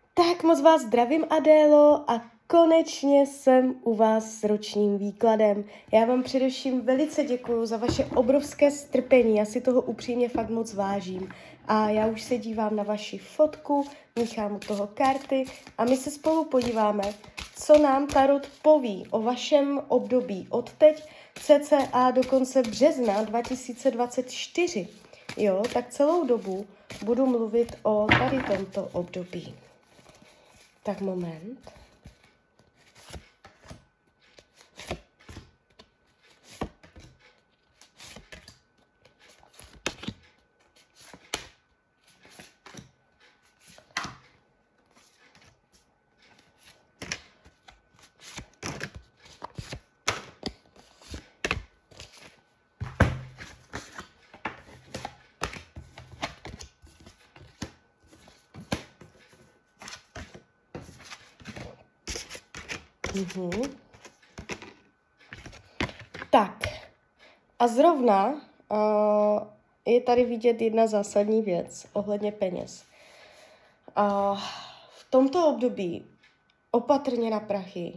Tak moc vás zdravím, Adélo, a konečně jsem u vás s ročním výkladem. Já vám především velice děkuju za vaše obrovské strpení, já si toho upřímně fakt moc vážím. A já už se dívám na vaši fotku, míchám u toho karty a my se spolu podíváme, co nám Tarot poví o vašem období od teď cca do konce března 2024. Jo, tak celou dobu budu mluvit o tady tomto období. Tak moment. Tak, a zrovna je tady vidět jedna zásadní věc ohledně peněz. V tomto období opatrně na prachy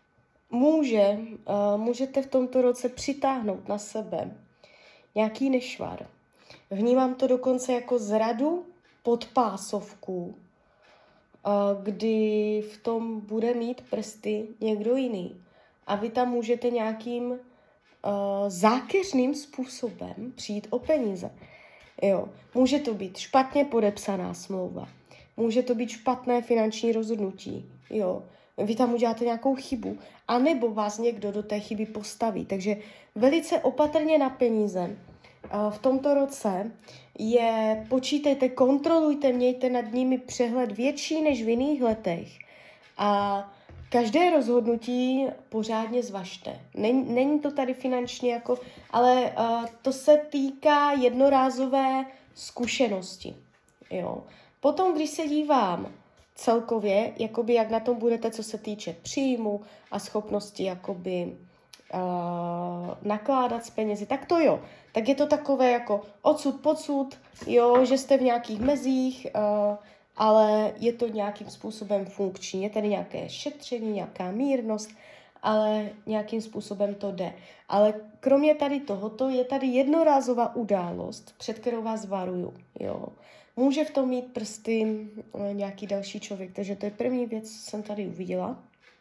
můžete v tomto roce přitáhnout na sebe nějaký nešvar. Vnímám to dokonce jako zradu podpásovku, kdy v tom bude mít prsty někdo jiný. A vy tam můžete nějakým zákeřným způsobem přijít o peníze. Jo. Může to být špatně podepsaná smlouva. Může to být špatné finanční rozhodnutí. Jo. Vy tam uděláte nějakou chybu. A nebo vás někdo do té chyby postaví. Takže velice opatrně na peníze. V tomto roce je počítejte, kontrolujte, mějte nad nimi přehled větší než v jiných letech. A každé rozhodnutí pořádně zvažte. Není to tady finančně jako, ale to se týká jednorázové zkušenosti. Jo. Potom, když se dívám celkově, jakoby jak na tom budete, co se týče příjmu a schopnosti jakoby nakládat s penězi, tak to jo. Tak je to takové jako odsud pocud, jo, že jste v nějakých mezích, ale je to nějakým způsobem funkční. Je tady nějaké šetření, nějaká mírnost, ale nějakým způsobem to jde. Ale kromě tady tohoto je tady jednorázová událost, před kterou vás varuju. Jo. Může v tom mít prsty nějaký další člověk, takže to je první věc, co jsem tady uviděla.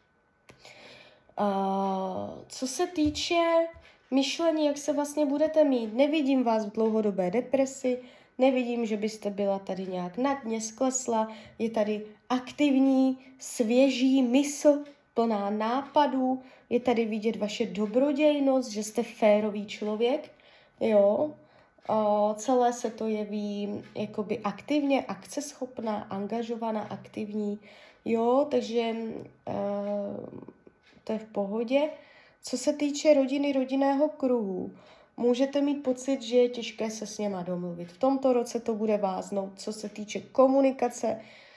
Co se týče myšlení, jak se vlastně budete mít, nevidím vás v dlouhodobé depresi, nevidím, že byste byla tady nějak na dně, sklesla, je tady aktivní, svěží mysl, plná nápadů, je tady vidět vaše dobrodějnost, že jste férový člověk, jo. Celé se to jeví jakoby aktivně, akceschopná, angažovaná, aktivní, jo, takže to je v pohodě. Co se týče rodiny, rodinného kruhu, můžete mít pocit, že je těžké se s něma domluvit. V tomto roce to bude váznout. Co se týče komunikace,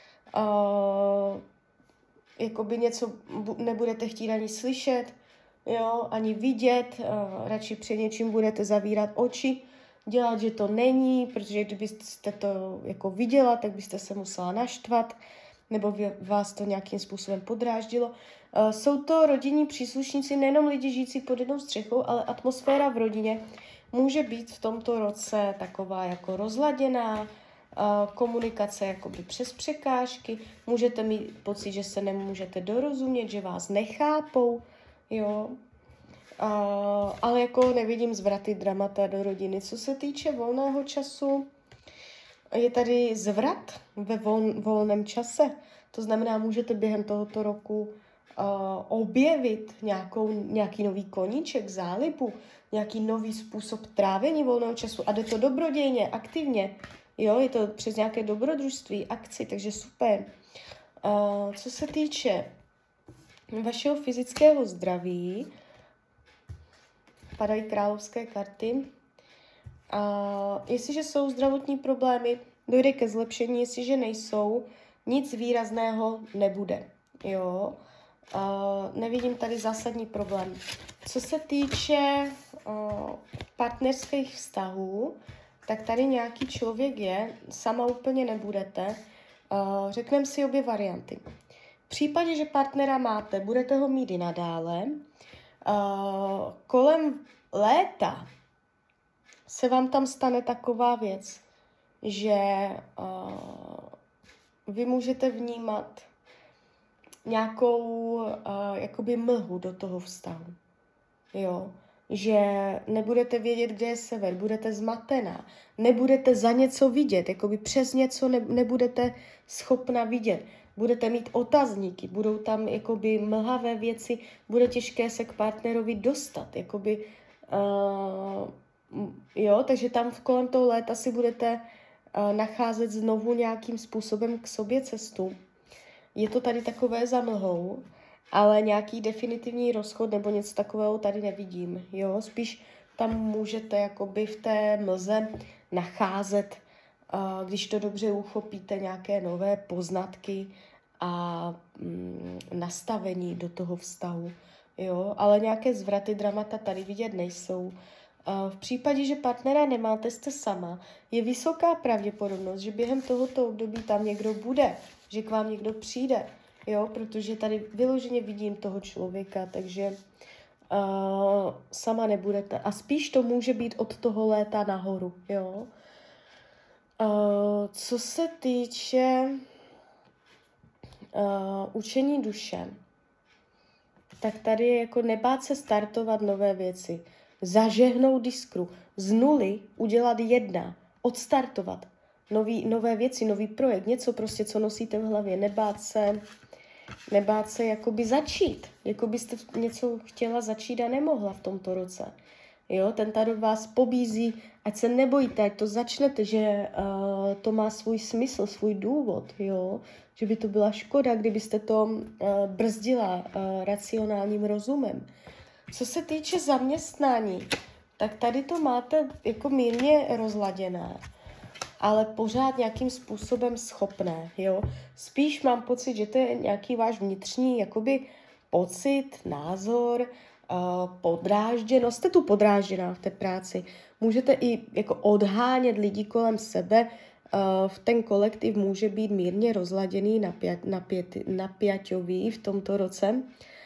jakoby něco nebudete chtít ani slyšet, jo, ani vidět, radši před něčím budete zavírat oči, dělat, že to není, protože kdybyste to jako viděla, tak byste se musela naštvat, nebo vás to nějakým způsobem podráždilo. Jsou to rodinní příslušníci, nejenom lidi žijící pod jednou střechou, ale atmosféra v rodině může být v tomto roce taková jako rozladěná, komunikace jakoby přes překážky, můžete mít pocit, že se nemůžete dorozumět, že vás nechápou, jo. Ale jako nevidím zvraty, dramata do rodiny. Co se týče volného času, je tady zvrat ve volném čase. To znamená, můžete během tohoto roku objevit nějaký nový koníček, zálibu, nějaký nový způsob trávení volného času a jde to dobrodějně, aktivně. Jo, je to přes nějaké dobrodružství, akci, takže super. Co se týče vašeho fyzického zdraví, padají královské karty. Jestliže jsou zdravotní problémy, dojde ke zlepšení, jestliže nejsou, nic výrazného nebude. Jo? Nevidím tady zásadní problém. Co se týče partnerských vztahů, tak tady nějaký člověk je, sama úplně nebudete. Řekneme si obě varianty. V případě, že partnera máte, budete ho mít i nadále. Kolem léta se vám tam stane taková věc, že vy můžete vnímat nějakou jakoby mlhu do toho vztahu. Jo? Že nebudete vědět, kde je sever, budete zmatená, nebudete za něco vidět, jakoby přes něco nebudete schopna vidět. Budete mít otazníky, budou tam jakoby mlhavé věci, bude těžké se k partnerovi dostat. Jakoby, jo, takže tam kolem toho léta si budete nacházet znovu nějakým způsobem k sobě cestu. Je to tady takové za mlhou, ale nějaký definitivní rozchod nebo něco takového tady nevidím. Jo? Spíš tam můžete jakoby v té mlze nacházet, když to dobře uchopíte, nějaké nové poznatky a nastavení do toho vztahu. Jo? Ale nějaké zvraty, dramata tady vidět nejsou. V případě, že partnera nemáte, jste sama, je vysoká pravděpodobnost, že během tohoto období tam někdo bude, že k vám někdo přijde, jo, protože tady vyloženě vidím toho člověka, takže sama nebudete. A spíš to může být od toho léta nahoru, jo. Co se týče učení duše, tak tady je jako nebát se startovat nové věci. Zažehnout jiskru, z nuly udělat jedna, odstartovat nové věci, nový projekt, něco prostě, co nosíte v hlavě, nebát se jakoby začít, jako byste něco chtěla začít a nemohla v tomto roce. Jo, ten tarot vás pobízí, ať se nebojíte, ať to začnete, že to má svůj smysl, svůj důvod, jo, že by to byla škoda, kdybyste to brzdila racionálním rozumem. Co se týče zaměstnání, tak tady to máte jako mírně rozladěné, ale pořád nějakým způsobem schopné, jo. Spíš mám pocit, že to je nějaký váš vnitřní jakoby pocit, názor, podrážděnost. Jste tu podrážděná v té práci. Můžete i jako odhánět lidi kolem sebe, v ten kolektiv může být mírně rozladěný, napjaťový v tomto roce.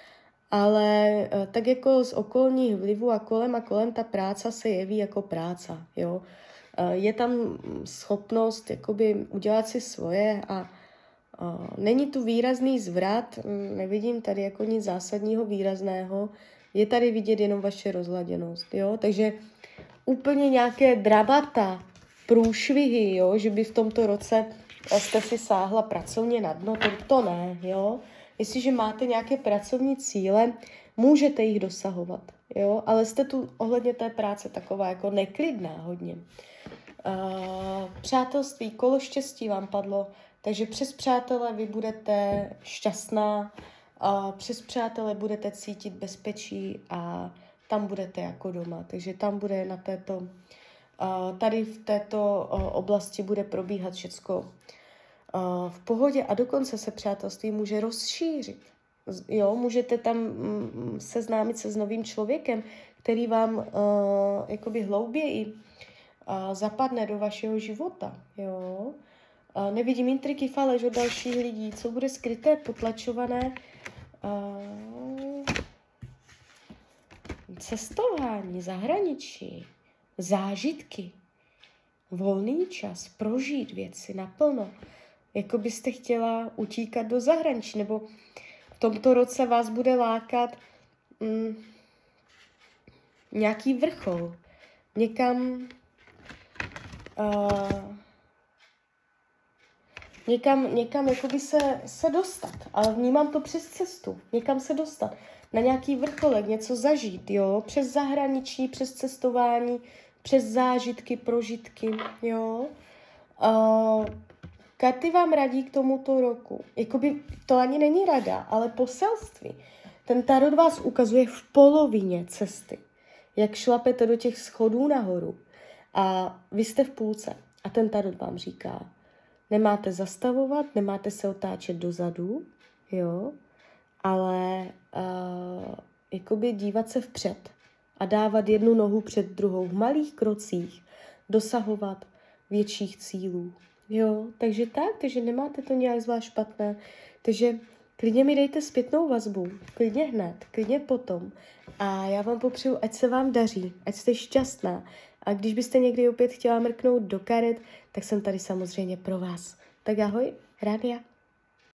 Ale tak jako z okolních vlivů a kolem ta práce se jeví jako práce, jo. Je tam schopnost jakoby udělat si svoje a není tu výrazný zvrat, nevidím tady jako nic zásadního, výrazného, je tady vidět jenom vaše rozladěnost, jo. Takže úplně nějaké dramata, průšvihy, jo, že by v tomto roce jste si sáhla pracovně na dno, to ne, jo. Jestliže máte nějaké pracovní cíle, můžete jich dosahovat, jo, ale jste tu ohledně té práce taková jako neklidná hodně. Přátelství, kolo štěstí vám padlo, takže přes přátele vy budete šťastná, přes přátele budete cítit bezpečí a tam budete jako doma, takže tam bude na této, tady v této oblasti bude probíhat všecko v pohodě a dokonce se přátelství může rozšířit. Jo, můžete tam seznámit se s novým člověkem, který vám jakoby hlouběji zapadne do vašeho života. Jo. Nevidím intriky, faleš od dalších lidí, co bude skryté, potlačované. Cestování, zahraničí, zážitky, volný čas, prožít věci naplno. Jako byste chtěla utíkat do zahraničí, nebo v tomto roce vás bude lákat nějaký vrchol, někam jakoby se dostat, ale vnímám to přes cestu, někam se dostat, na nějaký vrcholek, něco zažít, jo, přes zahraničí, přes cestování, přes zážitky, prožitky, jo. Karty vám radí k tomuto roku. Jakoby to ani není rada, ale poselství. Ten tarot vás ukazuje v polovině cesty, jak šlapete do těch schodů nahoru a vy jste v půlce a ten tarot vám říká, nemáte zastavovat, nemáte se otáčet dozadu, jo, ale jakoby dívat se vpřed a dávat jednu nohu před druhou v malých krocích, dosahovat větších cílů, Jo, takže nemáte to nějak zvlášť špatné. Takže klidně mi dejte zpětnou vazbu, klidně hned, klidně potom. A já vám popřeju, ať se vám daří, ať jste šťastná. A když byste někdy opět chtěla mrknout do karet, tak jsem tady samozřejmě pro vás. Tak ahoj, Rádia.